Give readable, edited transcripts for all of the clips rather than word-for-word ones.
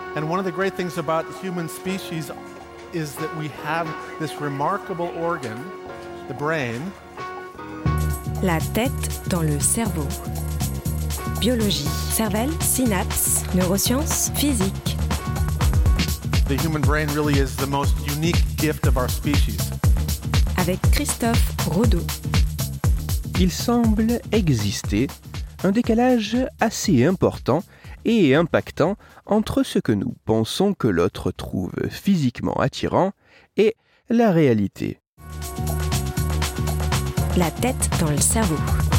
And one of the great things about the human species is that we have this remarkable organ, the brain. La tête dans le cerveau. Biologie, cervelle, synapses, neurosciences, physique. The human brain really is the most unique gift of our species. Avec Christophe Rodeau. Il semble exister un décalage assez important et impactant entre ce que nous pensons que l'autre trouve physiquement attirant et la réalité. La tête dans le cerveau.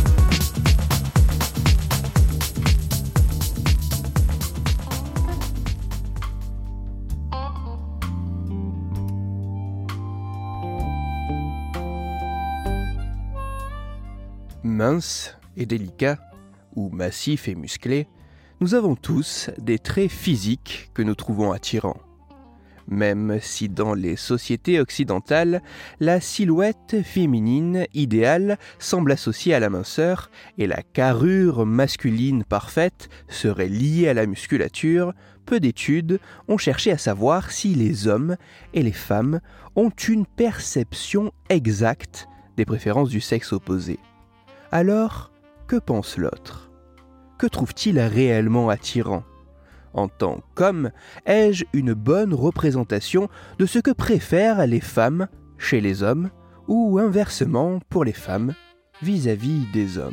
Mince et délicat, ou massif et musclé, nous avons tous des traits physiques que nous trouvons attirants. Même si dans les sociétés occidentales, la silhouette féminine idéale semble associée à la minceur et la carrure masculine parfaite serait liée à la musculature, peu d'études ont cherché à savoir si les hommes et les femmes ont une perception exacte des préférences du sexe opposé. Alors, que pense l'autre ? Que trouve-t-il réellement attirant ? En tant qu'homme, ai-je une bonne représentation de ce que préfèrent les femmes chez les hommes ou inversement pour les femmes vis-à-vis des hommes ?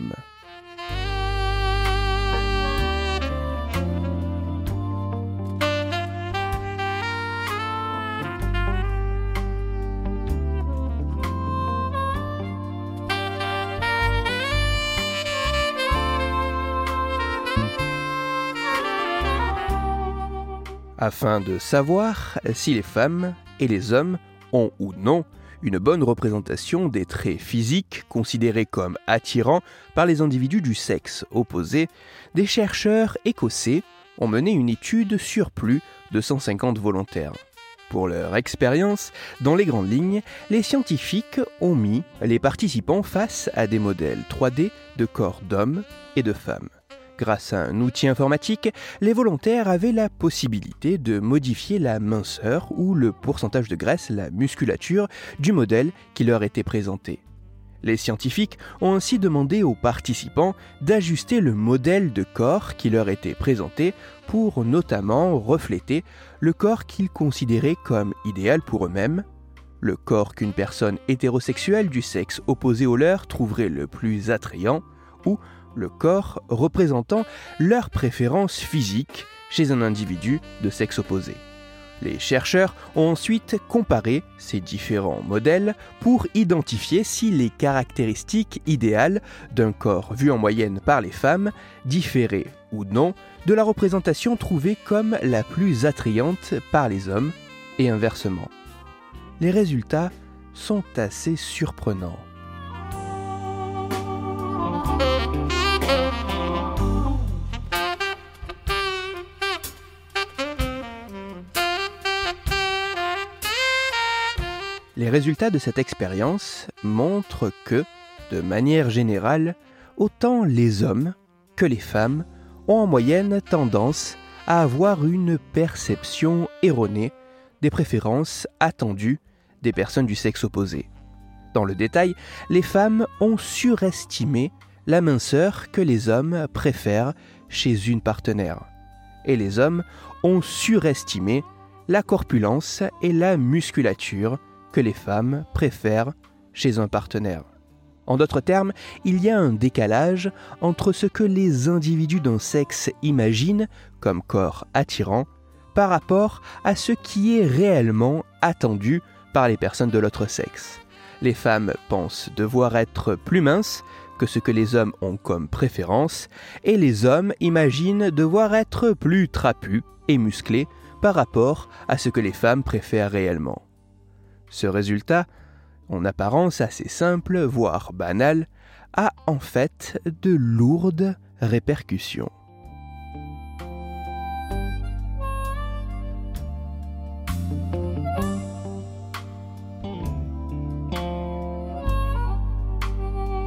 Afin de savoir si les femmes et les hommes ont ou non une bonne représentation des traits physiques considérés comme attirants par les individus du sexe opposé, des chercheurs écossais ont mené une étude sur plus de 150 volontaires. Pour leur expérience, dans les grandes lignes, les scientifiques ont mis les participants face à des modèles 3D de corps d'hommes et de femmes. Grâce à un outil informatique, les volontaires avaient la possibilité de modifier la minceur ou le pourcentage de graisse, la musculature, du modèle qui leur était présenté. Les scientifiques ont ainsi demandé aux participants d'ajuster le modèle de corps qui leur était présenté pour notamment refléter le corps qu'ils considéraient comme idéal pour eux-mêmes, le corps qu'une personne hétérosexuelle du sexe opposé au leur trouverait le plus attrayant, ou le corps représentant leur préférence physique chez un individu de sexe opposé. Les chercheurs ont ensuite comparé ces différents modèles pour identifier si les caractéristiques idéales d'un corps vu en moyenne par les femmes différaient ou non de la représentation trouvée comme la plus attrayante par les hommes et inversement. Les résultats sont assez surprenants. Les résultats de cette expérience montrent que, de manière générale, autant les hommes que les femmes ont en moyenne tendance à avoir une perception erronée des préférences attendues des personnes du sexe opposé. Dans le détail, les femmes ont surestimé la minceur que les hommes préfèrent chez une partenaire, et les hommes ont surestimé la corpulence et la musculature que les femmes préfèrent chez un partenaire. En d'autres termes, il y a un décalage entre ce que les individus d'un sexe imaginent comme corps attirant par rapport à ce qui est réellement attendu par les personnes de l'autre sexe. Les femmes pensent devoir être plus minces que ce que les hommes ont comme préférence, et les hommes imaginent devoir être plus trapus et musclés par rapport à ce que les femmes préfèrent réellement. Ce résultat, en apparence assez simple, voire banal, a en fait de lourdes répercussions.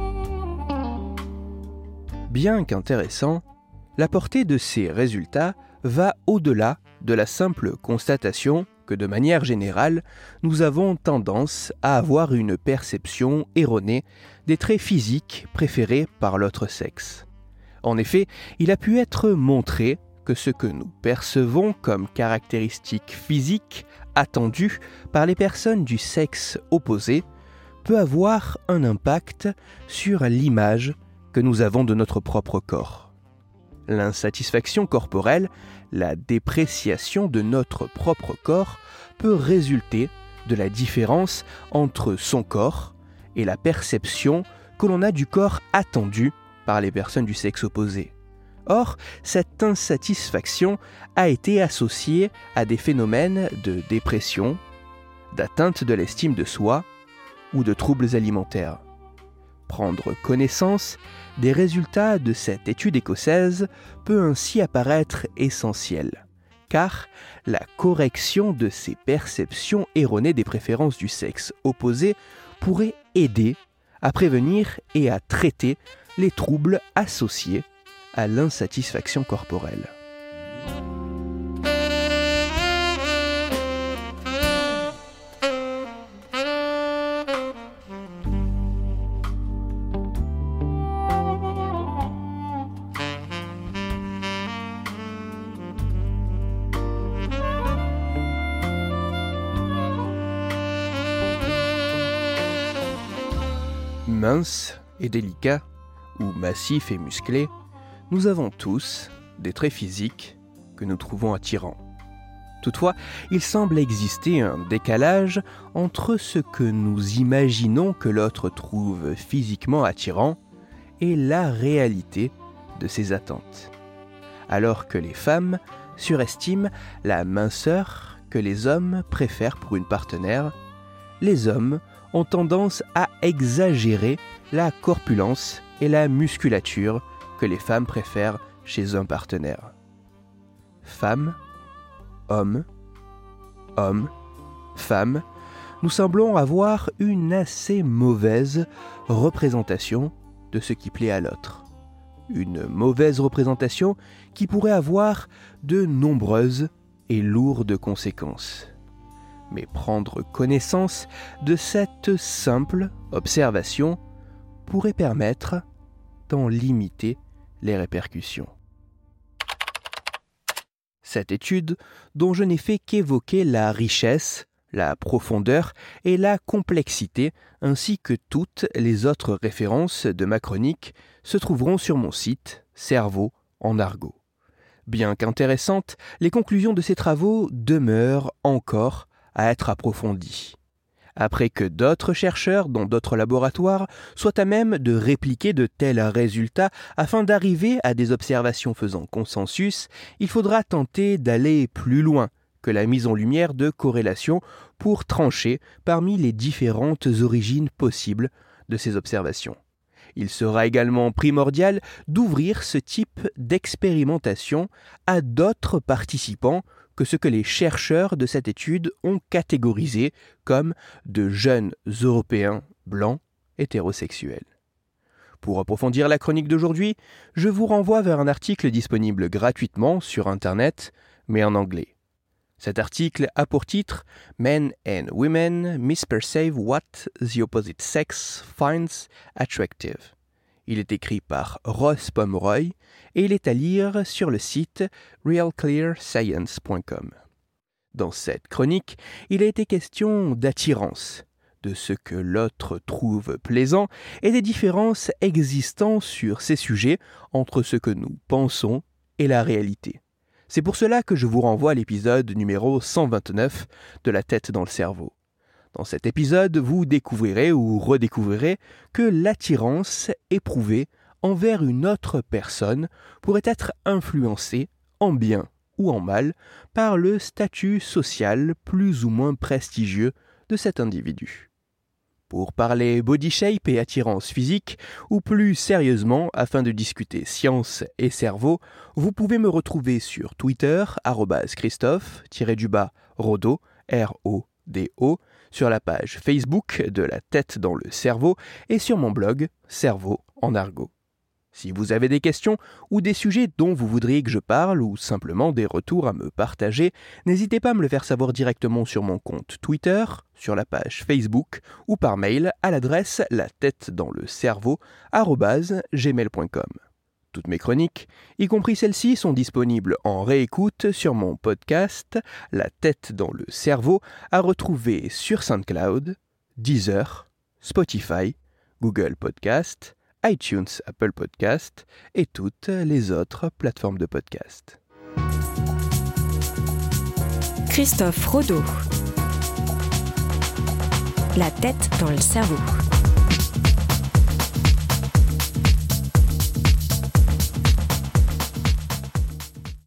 Bien qu'intéressant, la portée de ces résultats va au-delà de la simple constatation que de manière générale, nous avons tendance à avoir une perception erronée des traits physiques préférés par l'autre sexe. En effet, il a pu être montré que ce que nous percevons comme caractéristiques physiques attendues par les personnes du sexe opposé peut avoir un impact sur l'image que nous avons de notre propre corps. L'insatisfaction corporelle, la dépréciation de notre propre corps, peut résulter de la différence entre son corps et la perception que l'on a du corps attendu par les personnes du sexe opposé. Or, cette insatisfaction a été associée à des phénomènes de dépression, d'atteinte de l'estime de soi ou de troubles alimentaires. Prendre connaissance des résultats de cette étude écossaise peut ainsi apparaître essentiel, car la correction de ces perceptions erronées des préférences du sexe opposé pourrait aider à prévenir et à traiter les troubles associés à l'insatisfaction corporelle. Mince et délicat, ou massif et musclé, nous avons tous des traits physiques que nous trouvons attirants. Toutefois, il semble exister un décalage entre ce que nous imaginons que l'autre trouve physiquement attirant et la réalité de ses attentes. Alors que les femmes surestiment la minceur que les hommes préfèrent pour une partenaire, les hommes ont tendance à exagérer la corpulence et la musculature que les femmes préfèrent chez un partenaire. Femme, homme, homme, femme, nous semblons avoir une assez mauvaise représentation de ce qui plaît à l'autre. Une mauvaise représentation qui pourrait avoir de nombreuses et lourdes conséquences. Mais prendre connaissance de cette simple observation pourrait permettre d'en limiter les répercussions. Cette étude, dont je n'ai fait qu'évoquer la richesse, la profondeur et la complexité, ainsi que toutes les autres références de ma chronique, se trouveront sur mon site Cerveau en argot. Bien qu'intéressantes, les conclusions de ces travaux demeurent encore à être approfondies. Après que d'autres chercheurs dans d'autres laboratoires soient à même de répliquer de tels résultats afin d'arriver à des observations faisant consensus, il faudra tenter d'aller plus loin que la mise en lumière de corrélations pour trancher parmi les différentes origines possibles de ces observations. Il sera également primordial d'ouvrir ce type d'expérimentation à d'autres participants que ce que les chercheurs de cette étude ont catégorisé comme de jeunes Européens blancs hétérosexuels. Pour approfondir la chronique d'aujourd'hui, je vous renvoie vers un article disponible gratuitement sur Internet, mais en anglais. Cet article a pour titre « Men and Women Misperceive What the Opposite Sex Finds Attractive ». Il est écrit par Ross Pomeroy et il est à lire sur le site realclearscience.com. Dans cette chronique, il a été question d'attirance, de ce que l'autre trouve plaisant et des différences existant sur ces sujets entre ce que nous pensons et la réalité. C'est pour cela que je vous renvoie à l'épisode numéro 129 de La tête dans le cerveau. Dans cet épisode, vous découvrirez ou redécouvrirez que l'attirance éprouvée envers une autre personne pourrait être influencée, en bien ou en mal, par le statut social plus ou moins prestigieux de cet individu. Pour parler body shape et attirance physique, ou plus sérieusement, afin de discuter science et cerveau, vous pouvez me retrouver sur Twitter, @Christophe_Rodo, R-O-D-O, sur la page Facebook de La tête dans le cerveau et sur mon blog Cerveau en argot. Si vous avez des questions ou des sujets dont vous voudriez que je parle ou simplement des retours à me partager, n'hésitez pas à me le faire savoir directement sur mon compte Twitter, sur la page Facebook ou par mail à l'adresse latettedanslecerveau@gmail.com. Toutes mes chroniques, y compris celles-ci, sont disponibles en réécoute sur mon podcast La tête dans le cerveau, à retrouver sur SoundCloud, Deezer, Spotify, Google Podcast, iTunes, Apple Podcast et toutes les autres plateformes de podcast. Christophe Rodeau. La tête dans le cerveau.